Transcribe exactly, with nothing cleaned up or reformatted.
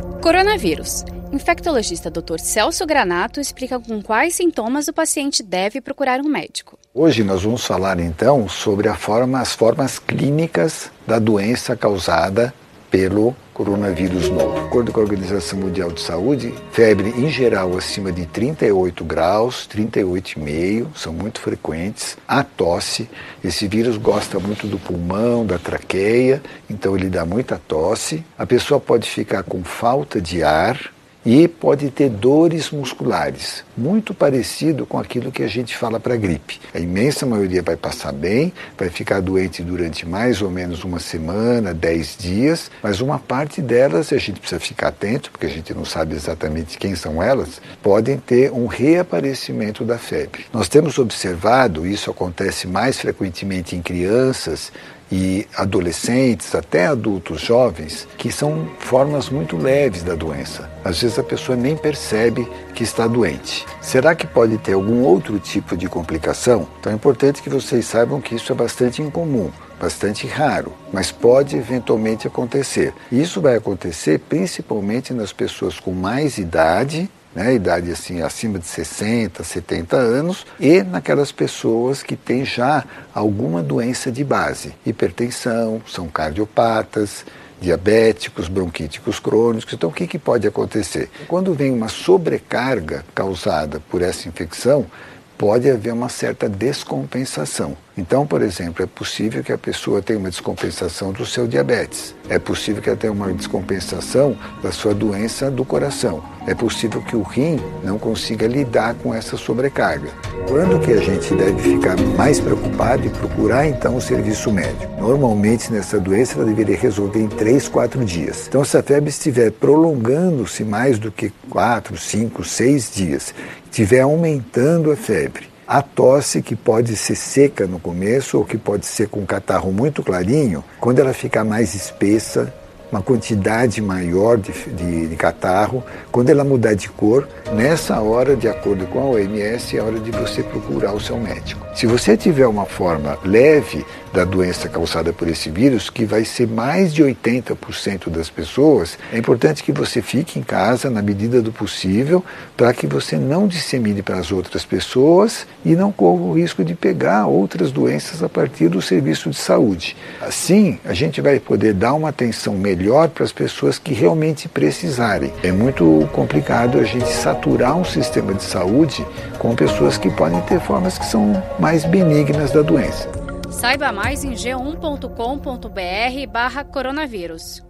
Coronavírus. Infectologista doutor Celso Granato explica com quais sintomas o paciente deve procurar um médico. Hoje nós vamos falar então sobre a forma, as formas clínicas da doença causada pelo coronavírus novo. De acordo com a Organização Mundial de Saúde, febre em geral acima de trinta e oito graus, trinta e oito vírgula cinco, são muito frequentes. A tosse, esse vírus gosta muito do pulmão, da traqueia, então ele dá muita tosse. A pessoa pode ficar com falta de ar e pode ter dores musculares, muito parecido com aquilo que a gente fala para gripe. A imensa maioria vai passar bem, vai ficar doente durante mais ou menos uma semana, dez dias, mas uma parte delas, a gente precisa ficar atento, porque a gente não sabe exatamente quem são elas, podem ter um reaparecimento da febre. Nós temos observado, isso acontece mais frequentemente em crianças e adolescentes, até adultos jovens, que são formas muito leves da doença. Às vezes a pessoa nem percebe que está doente. Será que pode ter algum outro tipo de complicação? Então é importante que vocês saibam que isso é bastante incomum, bastante raro, mas pode eventualmente acontecer. E isso vai acontecer principalmente nas pessoas com mais idade, né, idade assim acima de sessenta, setenta anos, e naquelas pessoas que têm já alguma doença de base, hipertensão, são cardiopatas, diabéticos, bronquíticos crônicos. Então o que, que pode acontecer? Quando vem uma sobrecarga causada por essa infecção, pode haver uma certa descompensação. Então, por exemplo, é possível que a pessoa tenha uma descompensação do seu diabetes. É possível que ela tenha uma descompensação da sua doença do coração. É possível que o rim não consiga lidar com essa sobrecarga. Quando que a gente deve ficar mais preocupado e procurar então o serviço médico? Normalmente nessa doença ela deveria resolver em três, quatro dias. Então se a febre estiver prolongando-se mais do que quatro, cinco, seis dias, estiver aumentando a febre, a tosse, que pode ser seca no começo ou que pode ser com catarro muito clarinho, quando ela ficar mais espessa, uma quantidade maior de, de, de catarro, quando ela mudar de cor, nessa hora, de acordo com a O M S, é hora de você procurar o seu médico. Se você tiver uma forma leve da doença causada por esse vírus, que vai ser mais de oitenta por cento das pessoas, é importante que você fique em casa na medida do possível, para que você não dissemine para as outras pessoas e não corra o risco de pegar outras doenças a partir do serviço de saúde. Assim, a gente vai poder dar uma atenção melhor para as pessoas que realmente precisarem. É muito complicado a gente saturar um sistema de saúde com pessoas que podem ter formas que são mais benignas da doença. Saiba mais em g um ponto com ponto br barra coronavírus.